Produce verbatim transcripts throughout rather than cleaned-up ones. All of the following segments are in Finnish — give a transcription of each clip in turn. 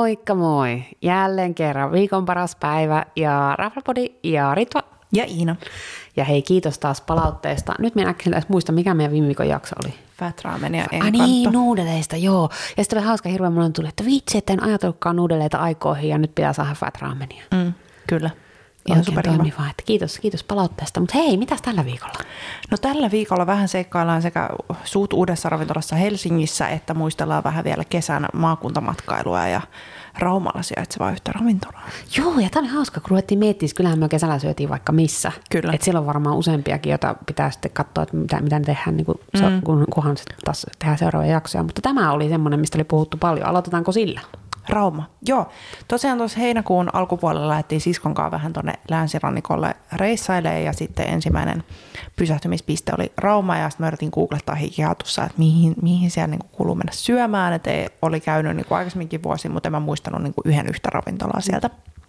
Moikka moi! Jälleen kerran viikon paras päivä ja Raflapodi ja Ritva. Ja Iina. Ja hei, kiitos taas palautteesta. Nyt minä äkkiä edes muista, mikä meidän viime viikon jakso oli. Fat ramen ja Ah enkanto. niin, nuudeleista, joo. Ja sitten oli hauska hirveän, mulle tuli, että vitsi, että en ajatellutkaan nuudeleita aikoihin ja nyt pitää saada fat ramenia. Mm, kyllä. Ihan Oikein superhiva. toimivaa, että kiitos, kiitos palautteesta. Mutta hei, mitäs tällä viikolla? No tällä viikolla vähän seikkaillaan sekä suut uudessa ravintolassa Helsingissä, että muistellaan vähän vielä kesän maakuntamatkailua ja Raumalla sijaitsevaa yhtä ravintolaa. Joo, ja tämä oli hauska, kun ruvettiin miettimään, että kyllähän me kesällä syötiin vaikka missä. Kyllä. Että siellä on varmaan useampiakin, joita pitää sitten katsoa, että mitä, mitä ne tehdään, niin kun, mm. kun, kunhan sitten taas tehdään seuraavia jaksoja. Mutta tämä oli semmoinen, mistä oli puhuttu paljon. Aloitetaanko sillä? Rauma. Joo. Tosiaan tuossa heinäkuun alkupuolella lähdettiin siskon kanssa vähän tuonne länsirannikolle reissailemaan ja sitten ensimmäinen pysähtymispiste oli Rauma ja sitten me yritin googlettaa hikihatussa, että mihin, mihin siellä niin kuin kuuluu mennä syömään. Että oli käynyt niin kuin aikaisemminkin vuosi, mutta en mä muistanut niin kuin yhden yhtä ravintolaa sieltä.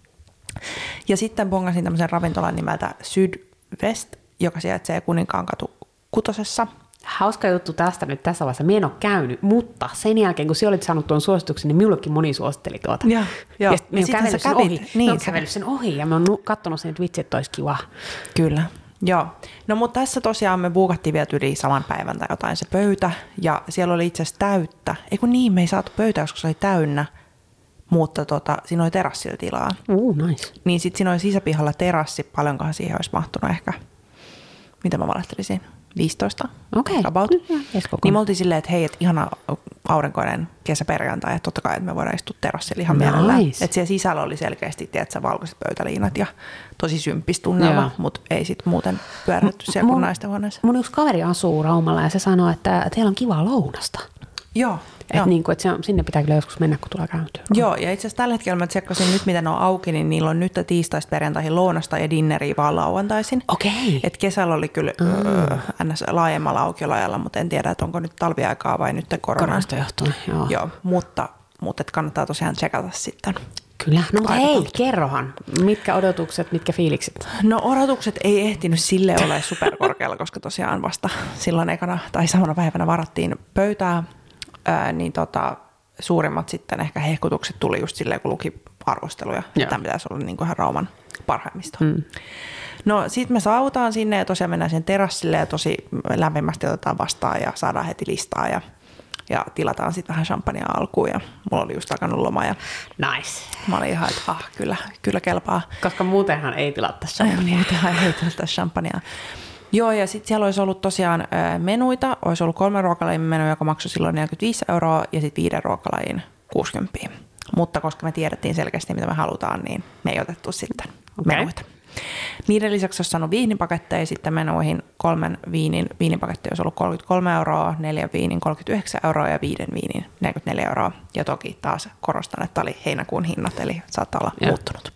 Ja sitten bongasin tämmöisen ravintolan nimeltä Sydwest, joka sijaitsee Kuninkaankatu kutosessa. Hauska juttu tästä nyt tässä vaiheessa. Mie en ole käynyt, mutta sen jälkeen, kun sinä olit saanut tuon suosituksen, niin minullekin moni suositteli tuota. Ja, ja. ja sitten ja kävellyt sen kävit. ohi. Niin, olen kävellyt sen ohi ja mä oon katsonut sen, että vitsi, että olisi kiva. Kyllä. Joo. No mutta tässä tosiaan me buukattiin vielä yli saman päivän tai jotain se pöytä. Ja siellä oli itse asiassa täyttä. Ei kun niin, me ei saatu pöytää, koska se oli täynnä. Mutta tota, siinä oli terassilla tilaa. Uh, nice. Niin sitten siinä oli sisäpihalla terassi. Paljonkohan siihen olisi mahtunut ehkä, mitä mä valehtelisin, viisitoista. Okei. About. Mm, yes, niin me oltiin silleen, että hei, että ihana aurinkoinen kesäperjantai, että totta kai, että me voidaan istua terassilla ihan Nice. mielellään. Että siellä sisällä oli selkeästi, tiedätkö, valkoiset pöytäliinat ja tosi symppis tunnelma, Joo. mutta ei sitten muuten pyörätty siellä kuin naisten huoneessa. Mun yksi kaveri asuu Raumalla ja se sanoi, että, että heillä on kivaa lounasta. Joo. Että niin kuin, että se on, sinne pitää kyllä joskus mennä, kun tulee käyntyä. Joo, ja itse asiassa tällä hetkellä mä tsekkasin nyt, mitä ne on auki, niin niillä on nyt tiistaista perjantaihin lounasta ja dinneriä vaan lauantaisin. Okei. Et kesällä oli kyllä mm. öö, ns. Laajemmalla aukioloajalla, mutta en tiedä, että onko nyt talviaikaa vai nyt korona. Koronasta johtuen, joo. Joo, mutta, mutta et kannattaa tosiaan tsekata sitten. Kyllä. No mutta hei, Aikataulusta. kerrohan. Mitkä odotukset, mitkä fiilikset? No odotukset ei ehtinyt sille ole superkorkealla, koska tosiaan vasta silloin ekana tai samana päivänä varattiin pöytää, ää, niin tota, suurimmat sitten ehkä hehkutukset tuli just silleen, kun luki arvosteluja. Tämä pitäisi olla niin kuin ihan Rauman parhaimmista. Hmm. No sit me saavutaan sinne ja tosiaan mennään sen terassille ja tosi lämpimästi otetaan vastaan ja saadaan heti listaa ja, ja tilataan sitten vähän champagnea alkuun ja mulla oli just alkanut loma ja Nice. mä olin ihan, että ah, kyllä, kyllä kelpaa. Koska muutenhan ei tilata champagnea. Muutenhan ei tilata champagnea. Joo, ja sitten siellä olisi ollut tosiaan äh, menuita. Olisi ollut kolmen ruokalajin menu, joka maksoi silloin neljäkymmentäviisi euroa, ja sitten viiden ruokalajin kuusikymmentä. Mutta koska me tiedettiin selkeästi, mitä me halutaan, niin me ei otettu sitten Okay. menuita. Niiden lisäksi olisi saanut viinipaketteja, sitten menuihin kolmen viinin viinipaketti olisi ollut kolmekymmentäkolme euroa, neljän viinin kolmekymmentäyhdeksän euroa ja viiden viinin neljäkymmentäneljä euroa. Ja toki taas korostan, että oli heinäkuun hinnat, eli saattaa olla ja. muuttunut.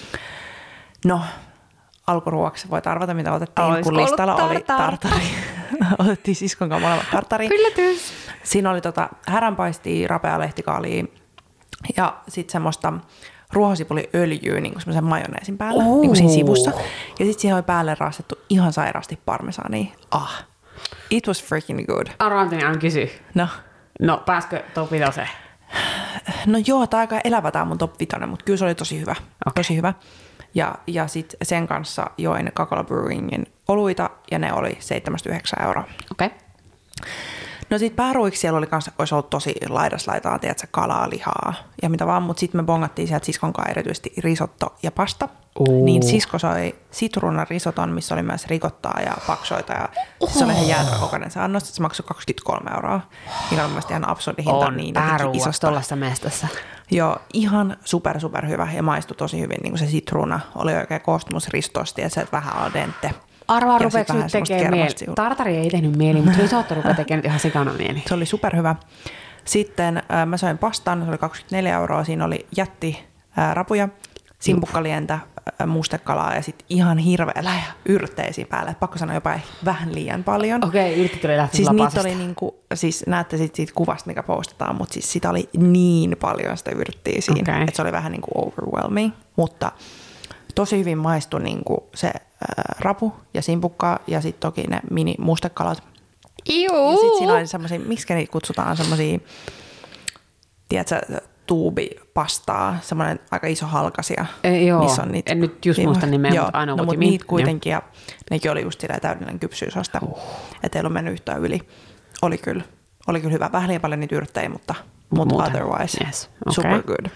No, alkuruoksi voit arvata, mitä otettiin, Olisiko kun listalla ollut oli tartari? tartari. Otettiin siskon kanssa molemmat tartari. Yllätys. Siinä oli tota häränpaistia, rapea lehtikaalia ja sitten semmoista ruohosipuliöljyä niin semmoisen majoneesin päällä, Oh. niin kuin siinä sivussa. Ja sitten siihen oli päälle raastettu ihan sairaasti parmesaania. Ah, it was freaking good. Arvantini aina kysy. No, No, pääskö top vitoseen? no joo, tämä aika elävä tämä mun top vitonen, mutta kyllä se oli tosi hyvä. Okay. Tosi hyvä. Ja, ja sitten sen kanssa join Kakala Brewingin oluita ja ne oli seitsemänkymmentäyhdeksän euroa. Okei. Okay. No sit pääruiksi siellä oli kans, olisi ollut tosi laidaslaitaan, tiedätkö, kalaa, lihaa ja mitä vaan, mutta sitten me bongattiin sieltä siskon kanssa erityisesti risotto ja pasta. Uh. Niin sisko sai sitruunarisoton, missä oli myös rikottaa ja paksoita ja uh. se oli ihan jäätävä kokoinen se annos, että se maksoi kaksikymmentäkolme euroa, mikä on mielestäni ihan absurdi hinta. On niin pääruuasta tuollaista mestassa. Joo, ihan super super hyvä ja maistui tosi hyvin, niin kuin se sitruuna oli oikein koostumus ristosti ja se, että vähän al dente. Arvaa, Ja rupeeko sit nyt vähän semmoista tekemään mieli? kermasta. Tartari ei tehnyt mieli, mutta risotto rupeaa tekemään nyt ihan sikana mieli. Se oli superhyvä. Sitten äh, mä söin pastan, se oli kaksikymmentäneljä euroa, siinä oli jätti äh, rapuja, simpukkalientä, äh, mustekalaa ja sitten ihan hirveä läjä yrttejä siinä päälle. Et pakko sanoa jopa vähän liian paljon. Okei, okay, yrtit oli lähtenyt Siis lapasesta. niitä oli niinku, siis näette sit siitä kuvasta, mikä postataan, mutta siis sitä oli niin paljon sitä yrttiä siinä, Okay. että se oli vähän niinku overwhelming, mutta tosi hyvin maistui niinku se äh, rapu ja simpukka ja sitten toki ne mini mustekalat. Juu. Ja sitten siinä oli semmoisia, miksi niitä kutsutaan semmoisia, tiedätkö, tuubipastaa, semmoinen aika iso halkasia. E, joo, missä on niitä, en nyt just muista nimeä, joo, mutta aina no, mutta niitä niitä kuitenkin, ja nekin oli just silleen täydellinen kypsyysaste, uh. että ei ollut mennyt yhtään yli. Oli kyllä, oli kyllä hyvä. Vähän liian paljon niitä yrttejä, mutta, mutta otherwise yes. Okay. super good.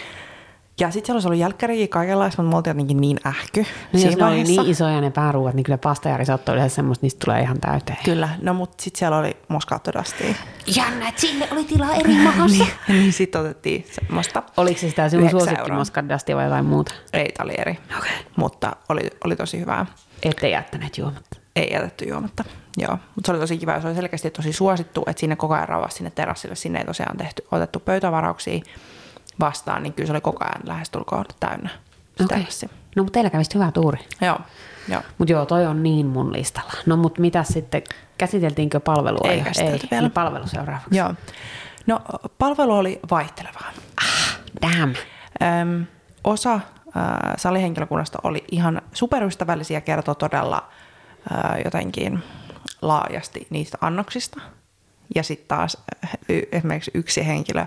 Ja sitten siellä olisi ollut jälkkäriä kaikenlaista, mutta me oltiin jotenkin niin ähky. No jos ne oli niin isoja ne pääruuat, niin kyllä pasta ja risotto yleensä semmoista, niistä tulee ihan täyteen. Kyllä, no mutta sitten siellä oli moskaattodastia. Jännä, että sille oli tilaa eri maassa. niin, niin sitten otettiin semmoista. Oliko se sitä sinun suosikki moskaattodastia vai jotain muuta? Ei, tämä oli eri, okay. Mutta oli, oli tosi hyvää. Ette jättäneet juomatta? Ei jätetty juomatta, joo. Mutta se oli tosi kiva ja se oli selkeästi tosi suosittu, että sinne koko ajan ravasi sinne terassille. Sinne ei tosiaan tehty, otettu pöytävarauksia vastaan, niin kyllä se oli koko ajan lähestulkoon täynnä. Okay. No, mutta teillä kävisi hyvä tuuri. Joo. joo. Mutta joo, toi on niin mun listalla. No, mutta mitä sitten, käsiteltiinkö palvelua? Ei käsitelty vielä. Niin palvelu seuraavaksi. Joo. No, palvelu oli vaihtelevaa. Ah, damn. Öm, osa äh, salihenkilökunnasta oli ihan superystävällisiä, kertoi todella äh, jotenkin laajasti niistä annoksista. Ja sitten taas y- esimerkiksi yksi henkilö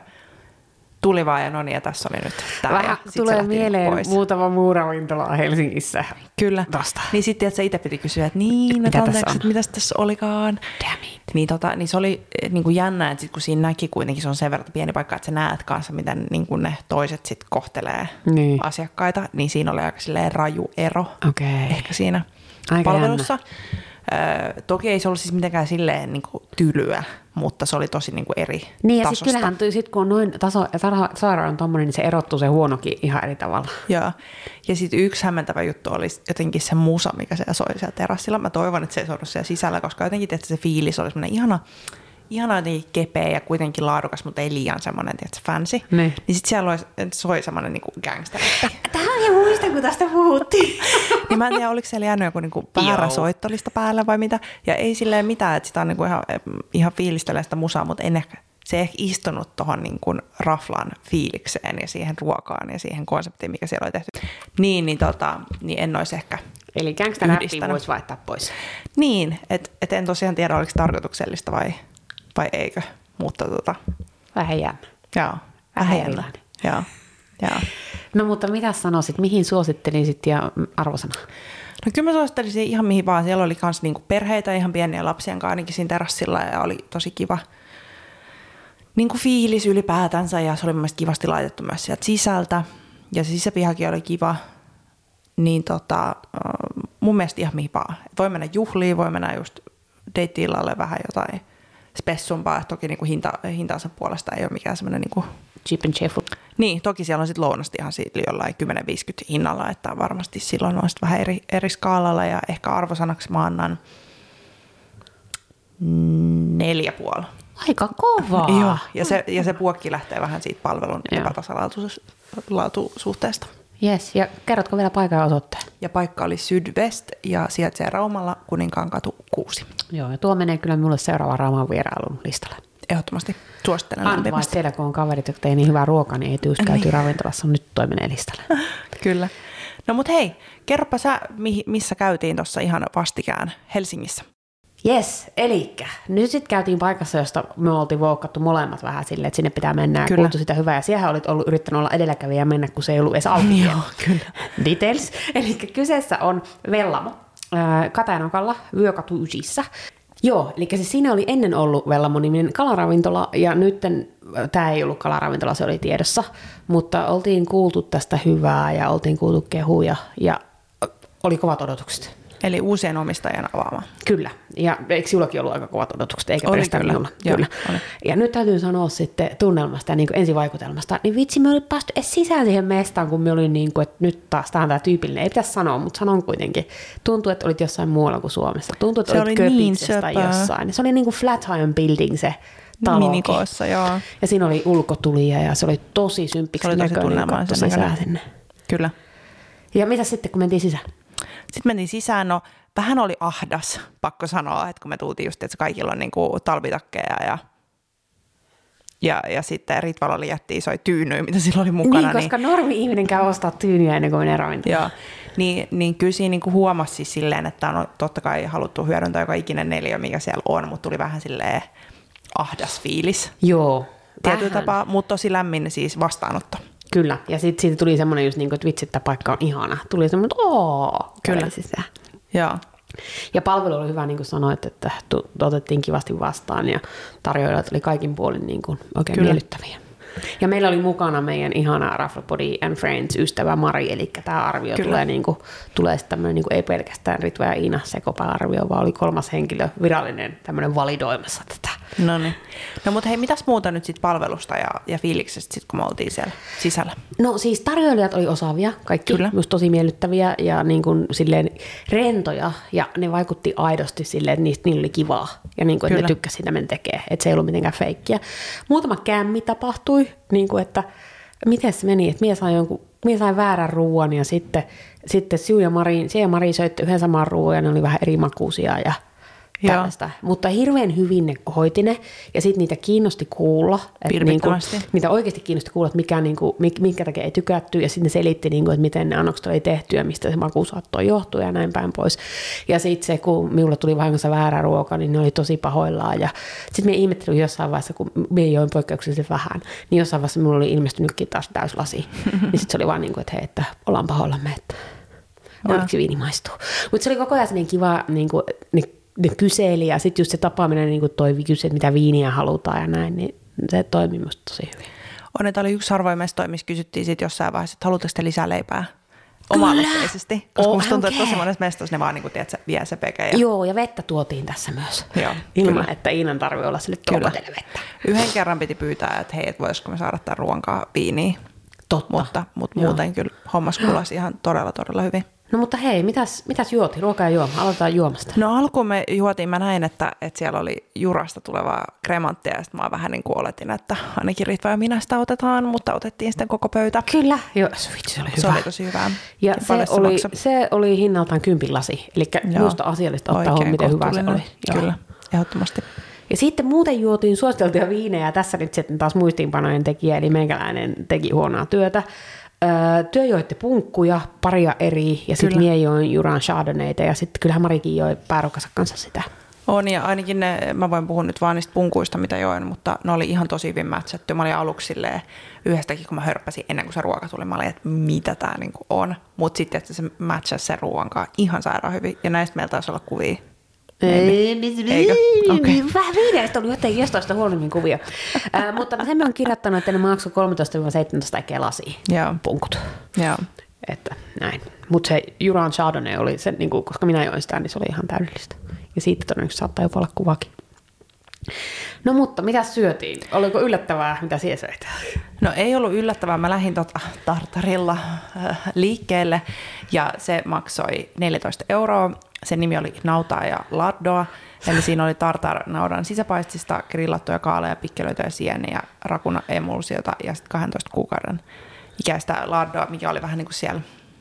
tuli vaan ja no niin, ja tässä oli nyt tämä. Vähän tulee mieleen pois. Muutama muu ravintola Helsingissä. Kyllä. Tosta. Niin sitten, että sä itse piti kysyä, että niin, mitä tässä on? Mitäs tässä olikaan? Damn it. Niin, tota, niin se oli niin kuin jännä, että sit, kun siinä näki kuitenkin, se on sen verran pieni paikka, että sä näet kanssa, miten niin kuin ne toiset sit kohtelee niin. asiakkaita, niin siinä oli aika silleen raju ero okay. ehkä siinä aika palvelussa. Jännä. Ö, toki ei se ollut siis mitenkään silleen niin kuin tylyä, mutta se oli tosi niin kuin eri niin, ja tasosta. Niin ja sitten kyllähän, sit kun on noin taso, sairaan on tommoinen, niin se erottuu se huonokin ihan eri tavalla. Joo. Ja sitten yksi hämmentävä juttu oli jotenkin se musa, mikä se soi siellä terassilla. Mä toivon, että se ei soinut siellä sisällä, koska jotenkin että se fiilis oli semmoinen ihana, ihana jotenkin kepeä ja kuitenkin laadukas, mutta ei liian semmoinen, tiedätkö, fancy. Ne. Niin sitten siellä soi semmoinen niin kuin gangster. Tämä on jo muista, kun tästä puhuttiin. Niin mä en tiedä, oliko siellä jäänyt joku niin kuin väärä soittolista päällä vai mitä. Ja ei silleen mitään, että sitä on niin kuin ihan, ihan fiilistelee sitä musaa, mutta en ehkä, se ei ehkä istunut tuohon niin kuin raflan fiilikseen ja siihen ruokaan ja siihen konseptiin, mikä siellä oli tehty. Niin, niin, tota, niin en olisi ehkä eli gangster-räppiä voisi vaihtaa pois. Niin, että et en tosiaan tiedä, oliko se tarkoituksellista vai, vai eikö, mutta tota. Vähän jännä. Joo, vähän jännä. Joo, joo. No mutta mitä sanoisit, mihin suosittelisit ja arvosana? No kyllä mä suosittelisin ihan mihin vaan. Siellä oli myös niinku perheitä, ihan pieniä lapsien kanssa ainakin siinä terassilla ja oli tosi kiva niinku fiilis ylipäätänsä ja se oli mun mielestä kivasti laitettu myös sieltä sisältä. Ja se sisäpihakin oli kiva. Niin tota, mun mielestä ihan mihin vaan. Voi mennä juhliin, voi mennä just deitti-illalle vähän jotain spessumpaa. Toki niinku hinta, hintansa puolesta ei ole mikään semmoinen niinku cheap and cheerful. Niin, toki siellä on sitten lounasti ihan siitä jollain kymmenen viisikymmentä hinnalla, että varmasti silloin on vähän eri, eri skaalalla ja ehkä arvosanaksi mä annan neljä puoli. Aika kovaa. Joo, ja se, ja se puokki lähtee vähän siitä palvelun epätasalaatuisuhteesta. Jes, ja kerrotko vielä paikan ja osoitteen? Ja paikka oli Sydwest ja sijaitsee Raumalla, Kuninkaankatu kuusi. Joo, ja tuo menee kyllä mulle seuraavan Rauman vierailun listalle. Ehdottomasti. Suosittelen lämpimästi. Aina vaan siellä, kun on kaverit, jotka ei niin hyvää ruokaa, niin ei tyys käyty niin. ravintolassa. Nyt toi menee listalle. Kyllä. No mut hei, kerropa sä, missä käytiin tuossa ihan vastikään Helsingissä. Jes, elikkä nyt sitten käytiin paikassa, josta me oltiin voukattu molemmat vähän silleen, että sinne pitää mennä ja kuultu sitä hyvää. Ja siellä olit ollut yrittänyt olla edelläkävijä ja mennä, kun se ei ollut edes auki. Joo, kyllä. Details. Eli kyseessä on Vellamo Katajanokalla, Vyökatu ysissä. Joo, eli siis siinä oli ennen ollut Vellamo-niminen kalaravintola, ja nyt tämä ei ollut kalaravintola, se oli tiedossa, mutta oltiin kuultu tästä hyvää, ja oltiin kuultu kehuja, ja oli kovat odotukset. Eli uusien omistajien avaama. Kyllä, ja eikö sinullakin ollut aika kovat odotukset, eikä oli pelkästään minulla? Kyllä. Oli. Ja nyt täytyy sanoa sitten tunnelmasta ja niin kuin ensivaikutelmasta, niin vitsi, me olin päästy edes sisään siihen mestaan, kun me olin niin kuin, että nyt taas tämä on tämä tyypillinen, ei pitäisi sanoa, mutta sanon kuitenkin. Tuntui, että olit jossain muualla kuin Suomessa. Tuntui, että se olit Köpiksessä tai jossain. Se oli niin kuin Flatiron Building se talokin. Minikoossa, joo. Ja siinä oli ulkotulija ja se oli tosi symppiksi näköinen katto sisään sinne. Kyllä. Ja mitä sitten, kun mentiin sisään? Sitten mentiin sisään, no vähän oli ahdas, pakko sanoa, että kun me tultiin just, että kaikilla on niinku talvitakkeja ja, ja, ja sitten Ritvala oli jätti isoja tyynyjä, mitä sillä oli mukana. Niin, koska niin, normi-ihminen käy ostaa tyynyjä ennen kuin menee ravintolaan. Joo, niin, niin kyllä siinä niinku huomasi siis silleen, että on totta kai haluttu hyödyntää joka ikinen neliö, mikä siellä on, mutta tuli vähän silleen ahdas fiilis. Joo, tietyllä tapaa, mutta tosi lämmin siis vastaanotto. Kyllä, ja sitten siitä tuli semmoinen just niin kuin, että vitsi, että paikka on ihana. Tuli semmoinen, että ooo, kyllä. Joo. Ja palvelu oli hyvä, niin kuin sanoit, että otettiin kivasti vastaan ja tarjoilijat oli kaikin puolin niin kuin oikein kyllä. miellyttäviä. Ja meillä oli mukana meidän ihana Raflebody and Friends -ystävä Mari, eli tämä arvio kyllä. tulee, niin kuin, tulee sitten tämmöinen, niin kuin, ei pelkästään Ritva ja Iina Sekopää-arvio, vaan oli kolmas henkilö, virallinen tämmöinen validoimassa tätä. No niin. No mutta hei, mitäs muuta nyt sitten palvelusta ja, ja fiiliksestä sit, kun me oltiin siellä sisällä? No siis tarjoilijat oli osaavia, kaikki kyllä. just tosi miellyttäviä ja niin kuin silleen rentoja, ja ne vaikutti aidosti silleen, että niistä, niillä oli kivaa, ja niin kuin, että ne tykkäsivät sitä, mitä tekee, että se ei ollut mitenkään feikkiä. Muutama kämmi tapahtui, niin kuin, että miten se meni, että minä sain, jonkun, minä sain väärän ruoan, ja sitten, sitten Siu ja Mari, Siu ja Mari söitte yhden saman ruoan, ja ne oli vähän eri makuisia, ja tällaista. Mutta hirveän hyvin ne hoiti ne, ja sitten niitä kiinnosti kuulla. Niinku, niitä oikeasti kiinnosti kuulla, että mikä, niinku, minkä takia ei tykätty, ja sitten ne selitti, niinku, että miten ne annokset oli tehty, ja mistä se maku saattoi johtua, ja näin päin pois. Ja sitten se, kun minulle tuli vahingossa väärä ruoka, niin ne oli tosi pahoillaan. Ja sitten minä ihmettelin jossain vaiheessa, kun minä join poikkeuksellisesti vähän, niin jossain vaiheessa minulla oli ilmestynytkin taas täyslasi. niin sitten se oli vaan niin kuin, että hei, että ollaan pahoillamme, että oliko se viini maistuu. Mutta se oli koko ajan niin kiva, niin kuin, niin ne kyseli, ja sitten just se tapaaminen niin toi kyseli, että mitä viiniä halutaan ja näin, niin se toimi musta tosi hyvin. On, että oli yksi harvoin mestoja, missä kysyttiin sit jossain vaiheessa, että haluatteko te lisää leipää? Oma-aloitteisesti. Koska oh, musta tuntuu, että tosi monessa mestossa ne vaan niin kuin, tiedät, vie se peke. Ja... Joo, ja vettä tuotiin tässä myös. Joo, ilman, kyllä. että Iinan tarvii olla sille tuopatelle vettä. Yhden kerran piti pyytää, että hei, et voisiko me saada tämän ruoankaan viiniä. Totta. Mutta, mutta muuten kyllä hommas kulasi ihan todella, todella hyvin. No mutta hei, mitäs, mitäs juotiin? Ruoka ja juoma. Aloitetaan juomasta. No alkuun me juotiin, mä näin, että, että siellä oli Jurasta tulevaa kremanttia, ja sitten mä vähän niin kuin oletin, että ainakin Ritva ja minä sitä otetaan, mutta otettiin sitten koko pöytä. Kyllä, joo, vitsi, se oli hyvä. Se oli tosi hyvää. Ja, ja se, oli, se oli hinnaltaan kympin lasi, eli minusta asiallista ottaa huomioon, miten hyvä se oli. Kyllä, ehdottomasti. Ja sitten muuten juotiin suositeltuja viinejä, tässä nyt sitten taas muistiinpanojen tekijä, eli meikäläinen teki huonoa työtä. Öö, työ joitte punkkuja, paria eri, ja sitten mie join Juran Chardonnayta, ja sitten kyllähän Marikin joi päärukansa kanssa sitä. On, ja ainakin ne, mä voin puhua nyt vaan niistä punkuista, mitä join, mutta ne oli ihan tosi hyvin matchattu. Mä olin aluksi silleen, yhdestäkin, kun mä hörppäsin ennen kuin se ruoka tuli, mä olin, että mitä tää niinku on. Mutta sitten, että se matchasi sen ruoankaan ihan sairaan hyvin, ja näistä meillä taisi olla kuvia. Eikö? Okay. Vähän viidestä oli jotenkin jostain huonommin kuvia. äh, mutta sen me on kirjoittanut, että ne maksoi kolmetoista seitsemäntoista kelasi punkut. Joo. Että näin. Mutta se Juran Chardonnay oli se, niin kuin, koska minä join sitä, niin se oli ihan täydellistä. Ja siitä todennäköisesti saattaa jopa olla kuvakin. No mutta mitä syötiin? Oliko yllättävää, mitä siellä söit? No ei ollut yllättävää. Mä lähdin tota tartarilla äh, liikkeelle ja se maksoi neljätoista euroa. Sen nimi oli nautaa ja lardoa. Eli siinä oli tartar-naudan sisäpaistista, grillattuja kaaleja, pikkelöitä ja sieniä, rakuna emulsiota ja sitten kahdentoista kuukauden ikäistä lardoa, mikä oli vähän niin kuin siellä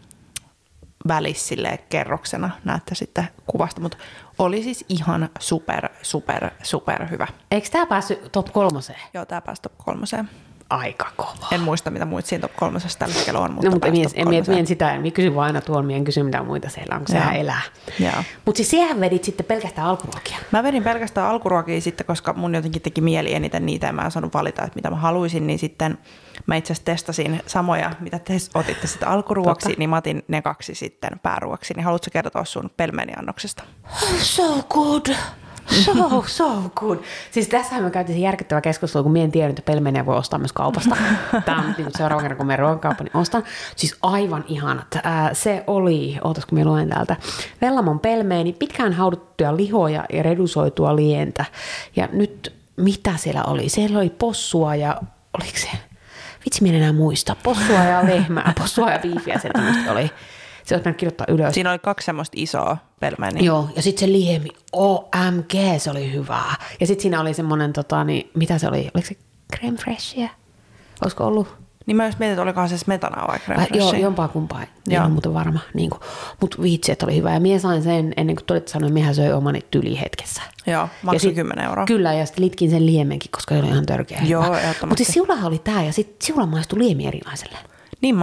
välissä kerroksena, näette sitten kuvasta, mutta oli siis ihan super, super, super hyvä. Eikö tämä päässyt top kolmoseen? Joo, tämä pääsi top kolmoseen. Aika kova. En muista, mitä muita siinä top kolmosessa tällä hetkellä on, mutta no, mutta pääsi top kolmoseen. Mien sitä, en kysyn vaan aina tuolla, mien kysyn mitä muita siellä on, kun sehän elää. Mutta siis siihen vedit sitten pelkästään alkuruokia. Mä vedin pelkästään alkuruokia sitten, koska mun jotenkin teki mieli eniten niitä, ja mä en saanut valita, että mitä mä haluaisin, niin sitten mä itse asiassa testasin samoja, mitä te otitte sitten alkuruoksi, Totta. niin mä otin ne kaksi sitten pääruoksi. Niin haluatko kertoa sun pelmeniannoksesta? So good! So, so good. Siis tässähän me käytiin järkyttävä keskustelu, kun mie en tiedä, että pelmeniä voi ostaa myös kaupasta. Tämä on niin seuraava kerran, kun me ruokakauppa, niin ostan. Siis aivan ihanat. Se oli, ootas kun minä luen täältä, Vellamon pelmeeni, pitkään hauduttuja lihoja ja redusoitua lientä. Ja nyt, mitä siellä oli? Siellä oli possua ja, oliko se? Vitsi, minä en enää muista. Possua ja lehmää, possua ja biifiä se oli. Se olisi kirjoittaa ylös. Siinä oli kaksi semmoista isoa pelmeniä. Joo, ja sitten se liemi, O M G, se oli hyvää. Ja sitten siinä oli semmoinen, tota, niin, mitä se oli, oliko se crème fraîchea? Olisiko ollut? Niin mä just mietin, että olikohan se smetanaa vai crème fraîchea. Joo, jompaa kumpaa, en ole muuten varma. Niin mutta vitsi, että oli hyvä. Ja mie sain sen, ennen kuin tulit sanoa, että miehän söi omani tyli hetkessä. Joo, maksoi kymmenen euroa. Kyllä, ja sitten litkin sen liemenkin, koska se oli ihan törkeä. Joo, ehdottomasti. Mutta siis siulahan oli tää, ja sitten siula maistui liemi erilaiselle. Niin maistui.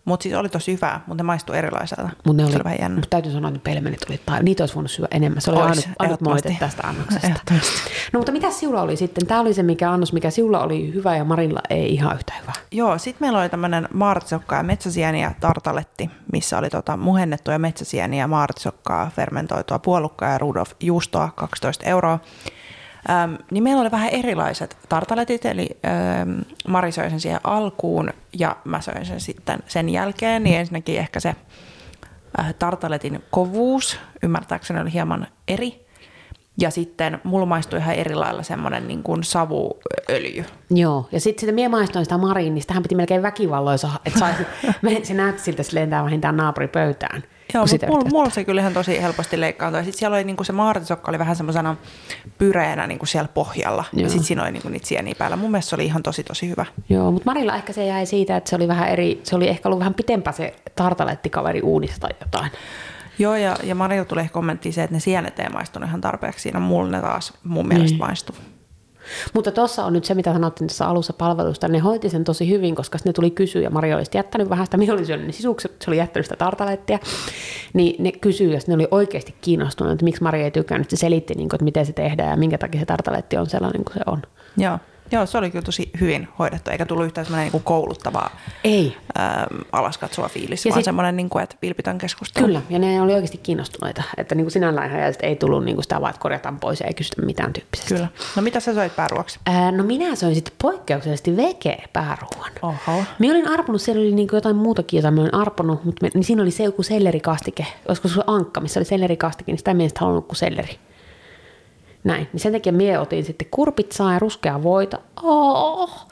Mutta siis oli tosi hyvää, mutta ne maistui erilaiselta. Mut ne se oli, oli vähän jännä. Mutta täytyy sanoa, että ne pelmenit oli, tai niitä olisi voinut syödä enemmän. Se oli Ois, ainut, ainut moite tästä annoksesta. No mutta mitä sinulla oli sitten? Tämä oli se mikä annos, mikä sinulla oli hyvä ja Marilla ei ihan yhtä hyvä. Joo, sitten meillä oli tämmöinen maartisokkaa ja metsäsieniä tartaletti, missä oli tota muhennettuja metsäsieniä ja maartisokkaa, fermentoitua puolukkaa ja Rudolf juustoa, kaksitoista euroa. Ähm, niin meillä oli vähän erilaiset tartaletit, eli ähm, Mari söi sen siihen alkuun ja mä söin sen sitten sen jälkeen, niin ensinnäkin ehkä se äh, tartaletin kovuus, ymmärtääkseni oli hieman eri, ja sitten mulla maistui ihan eri lailla semmoinen niin kuin savuöljy. Joo, ja sitten sit minä maistoin sitä Mariin, niin sitähän piti melkein väkivalloisa, että saisi, se näytti siltä, että se lentää vähintään naapuripöytään. Joo, mutta mulla, mulla se kyllä ihan tosi helposti leikkaantui. Ja sitten siellä oli niinku se maartisokka oli vähän semmoisena pyreenä niinku siellä pohjalla. Joo. Ja sitten siinä oli niinku niitä sieniä päällä. Mun mielestä se oli ihan tosi tosi hyvä. Joo, mutta Marilla ehkä se jäi siitä, että se oli vähän eri, se oli ehkä ollut vähän pitempää se tartalettikaveri uunista tai jotain. Joo, ja, ja Marilla tuli ehkä kommentti se, että ne sienet ei maistunut ihan tarpeeksi. Siinä mulla ne taas mun mielestä niin maistui. Mutta tuossa on nyt se, mitä sanottiin tässä alussa palvelusta. Ne hoiti sen tosi hyvin, koska ne tuli kysyä, ja Maria olisi jättänyt vähän sitä, minä olin syönyt ne sisukset, se oli jättänyt sitä tartalettia. Niin ne kysyi, ja ne oli oikeasti kiinnostuneet, että miksi Maria ei tykännyt. Se selitti, että miten se tehdään ja minkä takia se tartaletti on sellainen kuin se on. Joo. Joo, se oli kyllä tosi hyvin hoidettu, eikä tullut yhtään semmoinen niin kouluttavaa ei. Ähm, alaskatsova fiilis, ja vaan sit, semmoinen, niin kuin, että vilpitön keskustelu. Kyllä, ja ne oli oikeasti kiinnostuneita, että niin kuin sinällään ihan ei tullut niin kuin sitä vaan, että korjataan pois ja ei kysytä mitään tyyppisesti. Kyllä. No mitä sä soit pääruoksi? Ää, no minä söin sitten poikkeuksellisesti vegeä pääruoan. Oho. Minä olin arponut, siellä oli niin kuin jotain muutakin, jota minä olin arponut, mutta me, niin siinä oli se joku sellerikastike, olisiko se ankka, missä oli sellerikastike, niin sitä minä en halunnut kuin selleri. Näin, niin sen takia mie otin sitten kurpitsaa ja ruskeaa voita. Oh.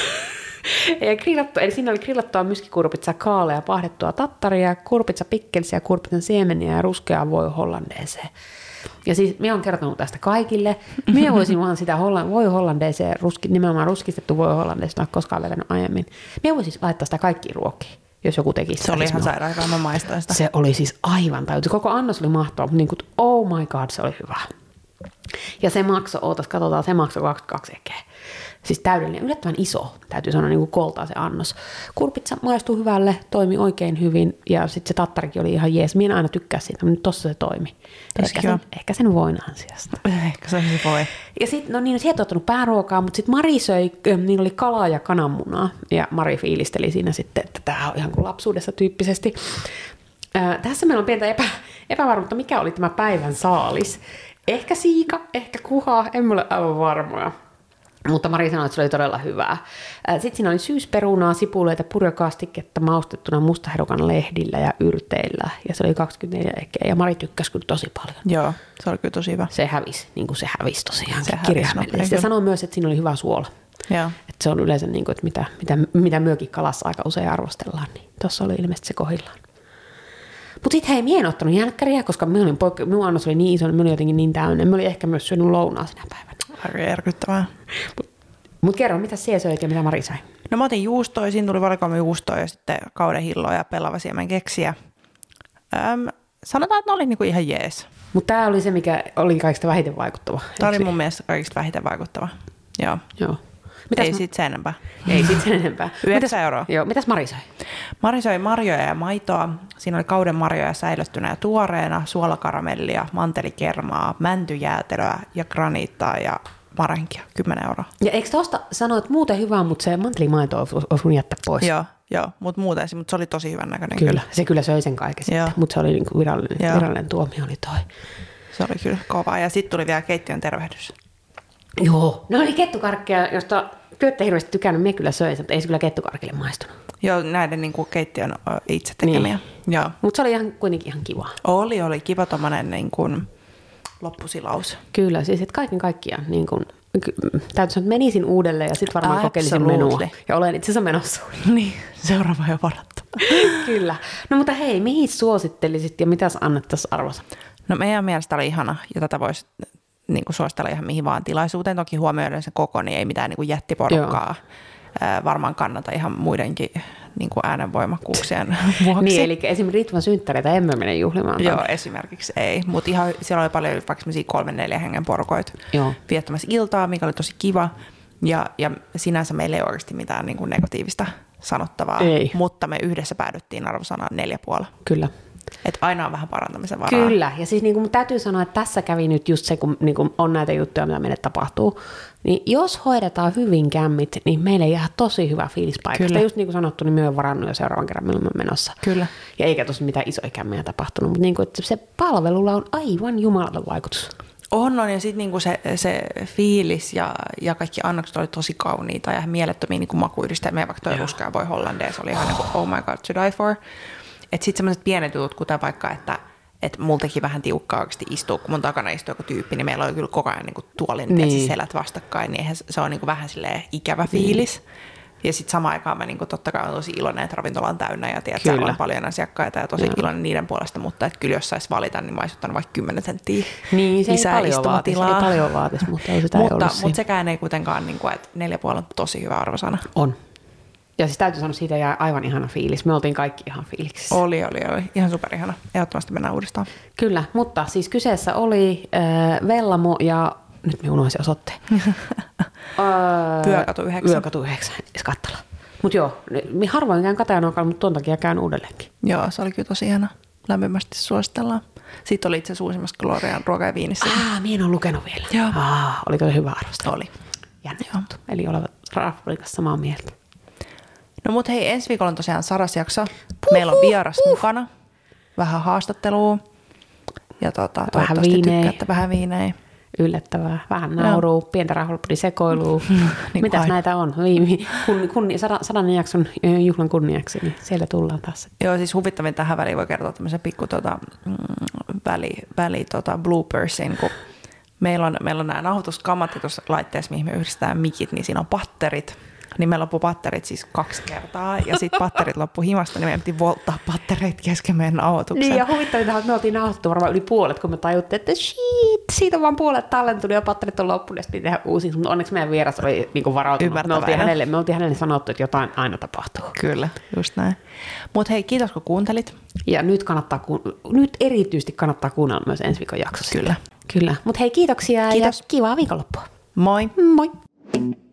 ja grillattu, eli siinä oli grillattua myskikurpitsaa, kaaleja, pahdettua tattaria, kurpitsa pikkelsiä, kurpitsan siemeniä ja ruskeaa voi hollandeeseen. Ja siis minä olen kertonut tästä kaikille. Minä voisin vaan sitä holland, voi hollandeeseen, ruski, nimenomaan ruskistettu voi hollandeeseen, en ole koskaan vetänyt aiemmin. Minä voisin siis laittaa sitä kaikkiin ruokiin, jos joku tekisi. Se oli ihan sairaan hyvä, mä maistoin sitä. Se oli siis aivan täytyy. Koko annos oli mahtava, mutta niin kuin, oh my god, se oli hyvä. Ja se maksoi, ootas, katsotaan, se maksoi kaksikymmentäkaksi ekeä. Siis täydellinen, yllättävän iso, täytyy sanoa, niin kuin koltaa se annos. Kurpitsa maistui hyvälle, toimi oikein hyvin, ja sitten se tattarikin oli ihan jees. Minä en aina tykkää siitä, mutta tossa se toimi. Ehkä sen, ehkä sen voin ansiosta. Ehkä se voi. Ja sitten, no niin, sieltä on ottanut pääruokaa, mutta sitten Mari söi, niin oli kalaa ja kananmunaa, ja Mari fiilisteli siinä sitten, että tämä on ihan kuin lapsuudessa tyyppisesti. Ää, tässä meillä on pientä epä, epävarmuutta, mikä oli tämä päivän saalis. Ehkä siika, ehkä kuha, en ole aivan varmoja. Mutta Mari sanoi, että se oli todella hyvää. Sitten siinä oli syysperunaa, sipuleita, purjokastiketta maustettuna mustaherukan lehdillä ja yrteillä. Ja se oli kaksikymmentäneljä ekeä. Ja Mari tykkäsi kyllä tosi paljon. Joo, se oli kyllä tosi hyvä. Se hävisi, niin kuin se hävisi tosiaan se kirjaimellisesti. Ja sanoi myös, että siinä oli hyvä suola. Joo. Että se on yleensä, niin kuin, että mitä, mitä, mitä myökin kalassa aika usein arvostellaan. Niin tuossa oli ilmeisesti se kohdillaan. Mutta sitten hei, minä en ottanut jälkkäriä, koska minun, poik- minun annos oli niin iso, niin minä olin jotenkin niin täynnä. Minä olin ehkä myös syönyt lounaa sinä päivänä. Aika järkyttävää. Mutta mut kerro, mitä sinä söit ja mitä Mari sai? No mä otin juustoa, siinä tuli valikoima juustoa ja sitten kaudenhilloa ja pellavasiemen keksiä. Öm, sanotaan, että ne oli niinku ihan jees. Mutta tämä oli se, mikä oli kaikista vähiten vaikuttava. Tämä oli mun mielestä kaikista vähiten vaikuttava. Joo. Joo. Mitäs ei ma- sit sen enempää. Ei sit sen enempää. Yhdeksän euroa. Joo, mitäs Mari sai? Mari söi marjoja ja maitoa. Siinä oli kauden marjoja säilöttynä ja tuoreena, suolakaramellia, mantelikermaa, mäntyjäätelöä ja graniittaa ja marenkia. kymmenen euroa. Ja eikö tuosta sano, että muuten hyvä, mutta se mantelimaito olisi voinut jättää pois? Joo, joo, mutta muuten, mutta se oli tosi hyvän näköinen. Kyllä, kyllä. se kyllä söi sen kaiken sitten, mutta se oli niinku virallinen, virallinen tuomio oli toi. Se oli kyllä kovaa. Ja sitten tuli vielä keittiön tervehdys. Joo, ne oli kettukarkkeja, josta te ette hirveästi tykännyt, minä kyllä söin, mutta ei se kyllä kettukarkille maistunut. Joo, näiden niin kuin keittiön itse tekemiä. Niin. Mutta se oli ihan, kuitenkin ihan kiva. Oli, oli kiva tommonen niin kuin loppusilaus. Kyllä, siis että kaiken kaikkiaan niin kuin, täytyy sanoa, että menisin uudelleen ja sitten varmaan kokeilisin menua. Ja olen itse asiassa menossa. Niin, seuraava jo varattu. Kyllä. No mutta hei, mihin suosittelisit ja mitäs annettaisiin arvossa? No meidän mielestä oli ihana ja tätä voisi niin kuin suositella ihan mihin vaan tilaisuuteen. Toki huomioiden se koko, niin ei mitään niin kuin jättiporukkaa. Ää, varmaan kannata ihan muidenkin niin kuin äänenvoimakkuuksien vuoksi. Niin, eli esimerkiksi Ritvan synttäreitä emme mene juhlimaan. Joo, esimerkiksi ei. Mutta ihan siellä oli paljon vaikka kolmen neljä hengen porukoita viettämässä iltaa, mikä oli tosi kiva. Ja, ja sinänsä meillä ei oikeasti mitään niin kuin negatiivista sanottavaa, Ei. mutta me yhdessä päädyttiin arvosanaan neljä puoli. Kyllä. Että aina on vähän parantamisen varaa. Kyllä, ja siis niin kuin täytyy sanoa, että tässä kävi nyt just se, kun niin kuin on näitä juttuja, mitä meille tapahtuu, niin jos hoidetaan hyvin kämmit, niin meille jää tosi hyvä fiilis paikasta. Kyllä. Just niin kuin sanottu, niin me on varannut jo seuraavan kerran, milloin me menossa. Kyllä. Ja eikä tosi mitään isoja kämmejä tapahtunut, mutta niin kuin, että se palvelulla on aivan jumalaton vaikutus. On, on, ja sitten niinku se, se fiilis ja, ja kaikki annokset oli tosi kauniita ja mielettömiä niinku makuyhdistelmiä, vaikka toi ruska ja voi hollandaise oli ihan niinku oh my god to die for. Että sitten semmoiset pienet jutut, kuten vaikka, että et mulla teki vähän tiukkaa oikeasti istua, kun mun takana istui joku tyyppi, niin meillä oli kyllä koko ajan niinku tuolin niin. siis selät vastakkain, niin eihän se on niinku vähän silleen ikävä fiilis. Niin. Ja sitten samaan aikaan mä niinku totta kai olen tosi iloinen, että ravintola on täynnä ja tiedät, siellä on paljon asiakkaita ja tosi ja. iloinen niiden puolesta, mutta et kyllä jos sais valita, niin mä olisin ottanut vaikka kymmenen senttiä niin, se lisää ei istumatilaa. Ei paljon vaatisi, mutta ei sitä mutta, ei ollut mutta sekään ei kuitenkaan, niin kuin, että neljä puoli on tosi hyvä arvosana. On. Ja siis täytyy sanoa, siitä jää aivan ihana fiilis. Me oltiin kaikki ihan fiiliksissä. Oli, oli, oli. Ihan superihana. Ehdottomasti mennään uudestaan. Kyllä, mutta siis kyseessä oli äh, Vellamo ja nyt me unohdin osoitteen. Yökatu yhdeksän. Yökatu yhdeksän, Skattala. Mutta joo, me harvoin käyn Katajanokalla, mutta tuon takia käyn uudelleenkin. Joo, se oli kyllä tosi ihana. Lämpimästi suositellaan. Sitten oli itse asiassa uusimmassa Glorian ruoka ja viinissä. Ah, minä en ole lukenut vielä. Joo. Ah, oliko se hyvä arvosta? Oli. Jännä juttu. Eli olevat Raffulikas samaa mieltä. No mut hei, ensi viikolla on tosiaan Saras jakso. Meillä on vieras puh. mukana. Vähän haastattelua. Ja tota, vähän viinejä. Vähän viinejä. Yllättävää. Vähän nauruu, no. pientä rahulpudi-sekoilua. niin Mitäs aina. Näitä on? Kun, kun, sadannen jakson juhlan kunniaksi, niin sieltä tullaan taas. Joo, siis huvittavin tähän väliin voi kertoa tämmöisen pikku tota, mm, väli, väli tota, bloopersin, kun meillä on, meillä on nämä nauhoituskammat tuossa laitteessa, mihin me yhdistetään mikit, niin siinä on patterit. Niin me loppu patterit siis kaksi kertaa, ja sitten patterit loppu himasta, niin meidän piti volttaa pattereita kesken meidän nauhoituksen. Niin, ja huvittavinta, että me oltiin nauhoitettu varmaan yli puolet, kun me tajuttiin, että shit, siitä on vaan puolet tallentunut, ja patterit on loppunut, ja sitten tehdä uusia. Mutta onneksi meidän vieras oli niin varautunut. Me oltiin, hänelle, me oltiin hänelle sanottu, että jotain aina tapahtuu. Kyllä, just näin. Mutta hei, kiitos kun kuuntelit. Ja nyt, kannattaa, nyt erityisesti kannattaa kuunnella myös ensi viikon jaksossa. Kyllä. Kyllä. Mutta hei, kiitoksia, kiitos. Ja kivaa viikonloppua. Moi. Moi.